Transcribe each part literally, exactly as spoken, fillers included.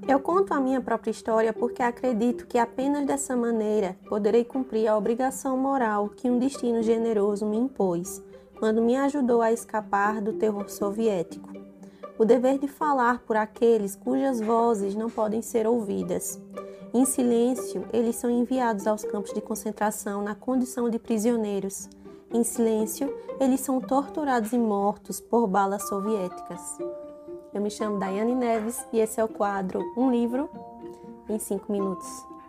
Eu conto a minha própria história porque acredito que apenas dessa maneira poderei cumprir a obrigação moral que um destino generoso me impôs, quando me ajudou a escapar do terror soviético. O dever de falar por aqueles cujas vozes não podem ser ouvidas. Em silêncio, eles são enviados aos campos de concentração na condição de prisioneiros. Em silêncio, eles são torturados e mortos por balas soviéticas. Eu me chamo Daiane Neves e esse é o quadro Um Livro em cinco minutos.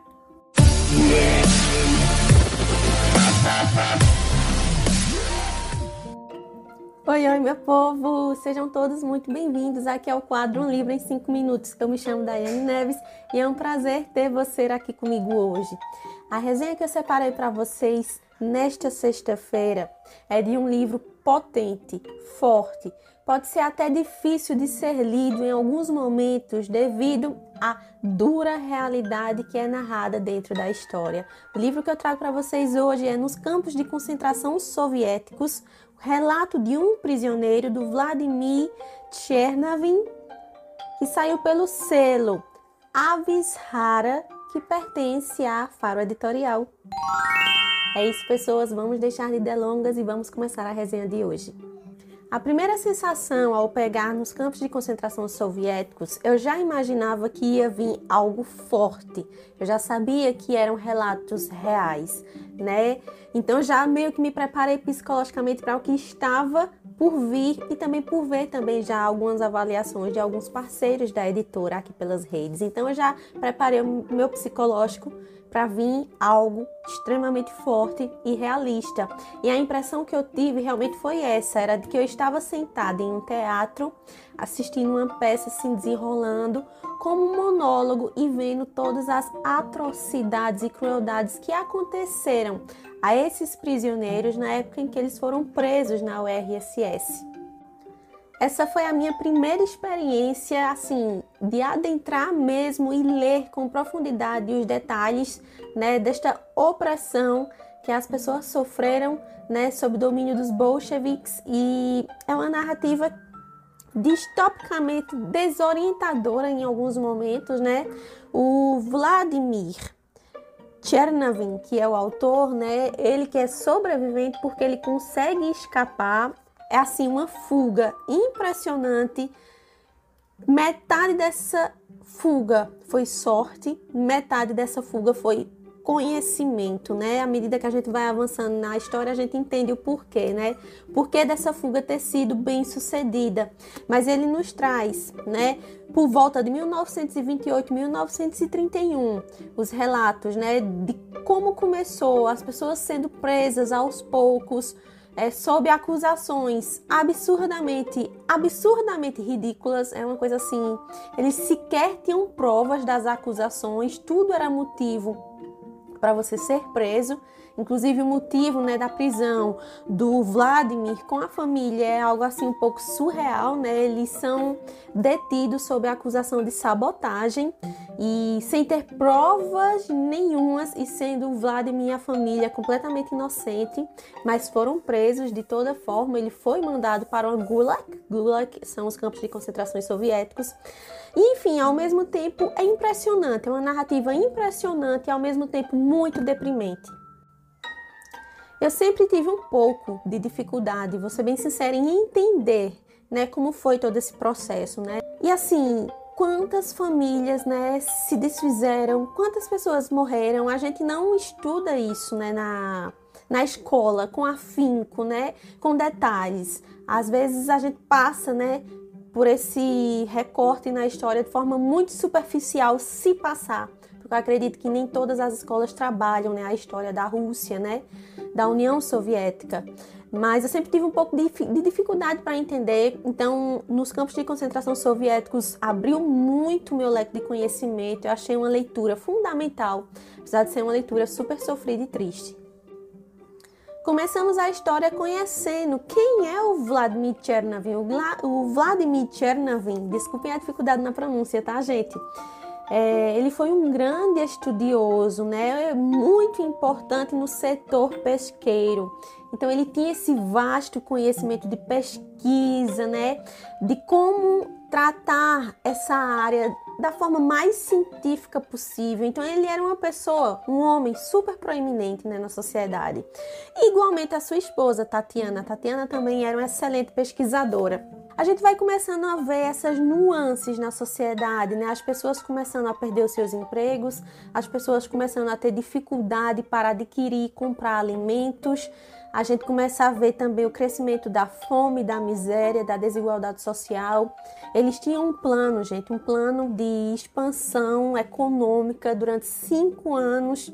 Oi, oi, meu povo! Sejam todos muito bem-vindos aqui ao quadro Um Livro em cinco minutos. Eu me chamo Daiane Neves e é um prazer ter você aqui comigo hoje. A resenha que eu separei para vocês nesta sexta-feira é de um livro potente, forte, pode ser até difícil de ser lido em alguns momentos devido à dura realidade que é narrada dentro da história. O livro que eu trago para vocês hoje é Nos Campos de Concentração Soviéticos, o relato de um prisioneiro do Vladimir Tchernavin, que saiu pelo selo Avishara, que pertence à Faro Editorial. É isso, pessoas, vamos deixar de delongas e vamos começar a resenha de hoje. A primeira sensação ao pegar nos campos de concentração soviéticos, eu já imaginava que ia vir algo forte. Eu já sabia que eram relatos reais, né? Então já meio que me preparei psicologicamente para o que estava por vir e também por ver também já algumas avaliações de alguns parceiros da editora aqui pelas redes. Então eu já preparei o meu psicológico para vir algo extremamente forte e realista. E a impressão que eu tive realmente foi essa, era de que eu estava sentada em um teatro, assistindo uma peça se desenrolando como um monólogo e vendo todas as atrocidades e crueldades que aconteceram a esses prisioneiros na época em que eles foram presos na U R S S. Essa foi a minha primeira experiência, assim, de adentrar mesmo e ler com profundidade os detalhes, né, desta opressão que as pessoas sofreram, né, sob o domínio dos bolcheviques. E é uma narrativa distopicamente desorientadora em alguns momentos, né? O Vladimir Tchernavin, que é o autor, né, ele que é sobrevivente porque ele consegue escapar. É assim uma fuga impressionante. Metade dessa fuga foi sorte, metade dessa fuga foi conhecimento, né? À medida que a gente vai avançando na história, a gente entende o porquê, né? Porquê dessa fuga ter sido bem sucedida. Mas ele nos traz, né, por volta de mil novecentos e vinte e oito, mil novecentos e trinta e um, os relatos, né, de como começou, as pessoas sendo presas aos poucos, É, sob acusações absurdamente, absurdamente ridículas. É uma coisa assim, eles sequer tinham provas das acusações, tudo era motivo para você ser preso. Inclusive o motivo, né, da prisão do Vladimir com a família é algo assim um pouco surreal, né? Eles são detidos sob a acusação de sabotagem e sem ter provas nenhumas e sendo o Vladimir e a família completamente inocente, mas foram presos de toda forma. Ele foi mandado para o Gulag, Gulag são os campos de concentração soviéticos. E, enfim, ao mesmo tempo é impressionante, é uma narrativa impressionante e ao mesmo tempo muito deprimente. Eu sempre tive um pouco de dificuldade, vou ser bem sincera, em entender, né, como foi todo esse processo, né? E assim, quantas famílias, né, se desfizeram, quantas pessoas morreram, a gente não estuda isso, né, na, na escola, com afinco, né, com detalhes. Às vezes a gente passa, né, por esse recorte na história de forma muito superficial, se passar. Porque eu acredito que nem todas as escolas trabalham, né, a história da Rússia, né, da União Soviética. Mas eu sempre tive um pouco de, de dificuldade para entender. Então, nos campos de concentração soviéticos, abriu muito meu leque de conhecimento. Eu achei uma leitura fundamental, apesar de ser uma leitura super sofrida e triste. Começamos a história conhecendo quem é o Vladimir Tchernavin. O Vladimir Tchernavin, desculpem a dificuldade na pronúncia, tá, gente? É, ele foi um grande estudioso, né? Muito importante no setor pesqueiro. Então ele tinha esse vasto conhecimento de pesquisa, né? De como tratar essa área da forma mais científica possível. Então ele era uma pessoa, um homem super proeminente, né, na sociedade. E, igualmente a sua esposa, Tatiana. Tatiana também era uma excelente pesquisadora. A gente vai começando a ver essas nuances na sociedade, né? As pessoas começando a perder os seus empregos, as pessoas começando a ter dificuldade para adquirir e comprar alimentos. A gente começa a ver também o crescimento da fome, da miséria, da desigualdade social. Eles tinham um plano, gente, um plano de expansão econômica durante cinco anos.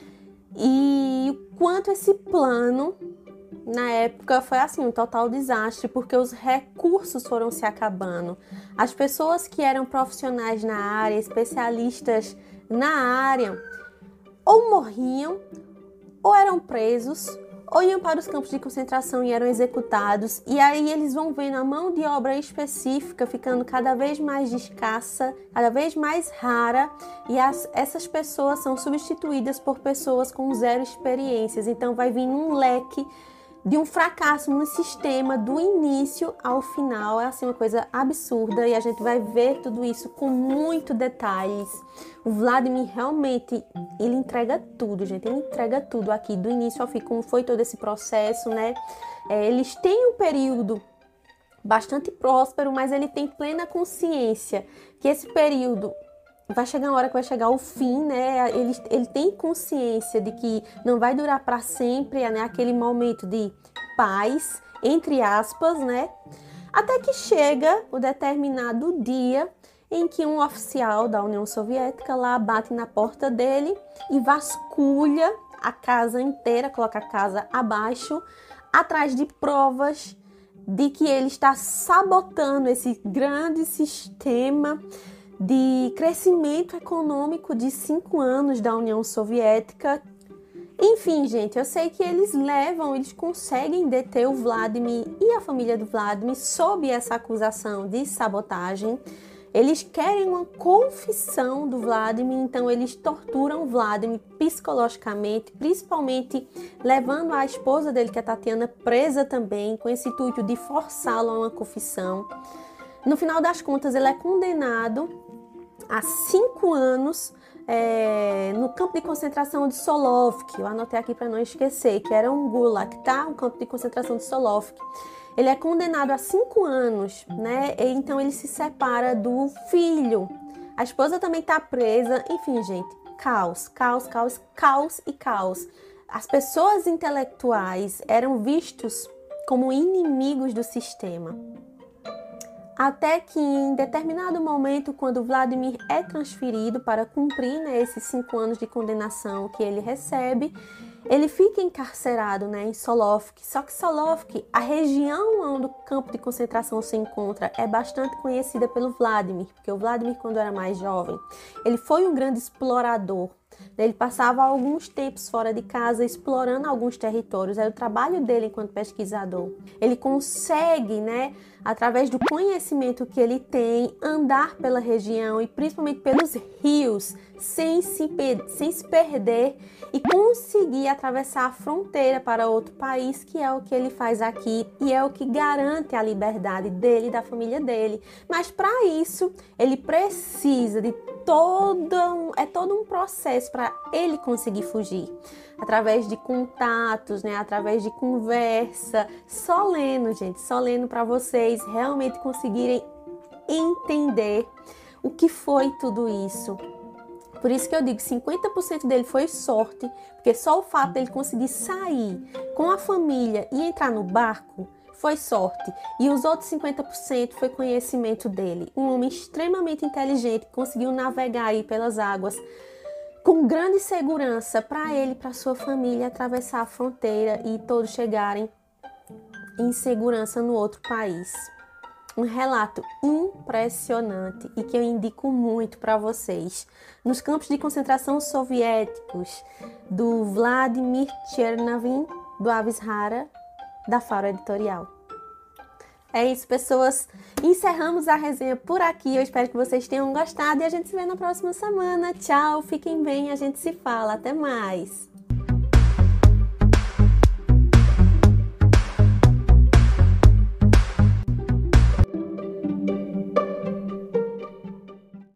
E o quanto esse plano, na época, foi assim, um total desastre, porque os recursos foram se acabando. As pessoas que eram profissionais na área, especialistas na área, ou morriam, ou eram presos, ou iam para os campos de concentração e eram executados. E aí eles vão vendo a mão de obra específica ficando cada vez mais escassa, cada vez mais rara, e as, essas pessoas são substituídas por pessoas com zero experiências. Então vai vir um leque de um fracasso no sistema do início ao final. É assim uma coisa absurda, e a gente vai ver tudo isso com muito detalhes. O Vladimir realmente, ele entrega tudo, gente, ele entrega tudo aqui, do início ao fim, como foi todo esse processo, né? É, eles têm um período bastante próspero, mas ele tem plena consciência que esse período vai chegar uma hora que vai chegar o fim, né? Ele, ele tem consciência de que não vai durar para sempre, né? Aquele momento de paz, entre aspas, né? Até que chega o determinado dia em que um oficial da União Soviética lá bate na porta dele e vasculha a casa inteira, coloca a casa abaixo, atrás de provas de que ele está sabotando esse grande sistema de crescimento econômico de cinco anos da União Soviética. Enfim, gente, eu sei que eles levam, eles conseguem deter o Vladimir e a família do Vladimir sob essa acusação de sabotagem. Eles querem uma confissão do Vladimir, então eles torturam o Vladimir psicologicamente, principalmente levando a esposa dele, que é a Tatiana, presa também, com esse intuito de forçá-lo a uma confissão. No final das contas, ele é condenado a cinco anos é, no campo de concentração de Solovki. Eu anotei aqui para não esquecer, que era um gulag, tá? Um campo de concentração de Solovki. Ele é condenado a cinco anos, né? E então ele se separa do filho. A esposa também está presa. Enfim, gente, caos, caos, caos, caos e caos. As pessoas intelectuais eram vistos como inimigos do sistema. Até que em determinado momento, quando Vladimir é transferido para cumprir, né, esses cinco anos de condenação que ele recebe, ele fica encarcerado, né, em Solovki. Só que Solovki, a região onde o campo de concentração se encontra, é bastante conhecida pelo Vladimir, porque o Vladimir, quando era mais jovem, ele foi um grande explorador. Ele passava alguns tempos fora de casa explorando alguns territórios. Era o trabalho dele enquanto pesquisador. Ele consegue, né, através do conhecimento que ele tem, andar pela região e principalmente pelos rios sem se, sem se perder e conseguir atravessar a fronteira para outro país, que é o que ele faz aqui e é o que garante a liberdade dele e da família dele. Mas para isso, ele precisa de todo um, é todo um processo para ele conseguir fugir, através de contatos, né, através de conversa, só lendo, gente, só lendo para vocês realmente conseguirem entender o que foi tudo isso. Por isso que eu digo que cinquenta por cento dele foi sorte, porque só o fato dele conseguir sair com a família e entrar no barco foi sorte, e os outros cinquenta por cento foi conhecimento dele. Um homem extremamente inteligente que conseguiu navegar aí pelas águas com grande segurança para ele e para sua família atravessar a fronteira e todos chegarem em segurança no outro país. Um relato impressionante e que eu indico muito para vocês. Nos campos de concentração soviéticos, do Vladimir Chernovin, do Avishara, da Faro Editorial. É isso, pessoas. Encerramos a resenha por aqui. Eu espero que vocês tenham gostado e a gente se vê na próxima semana. Tchau, fiquem bem, a gente se fala. Até mais!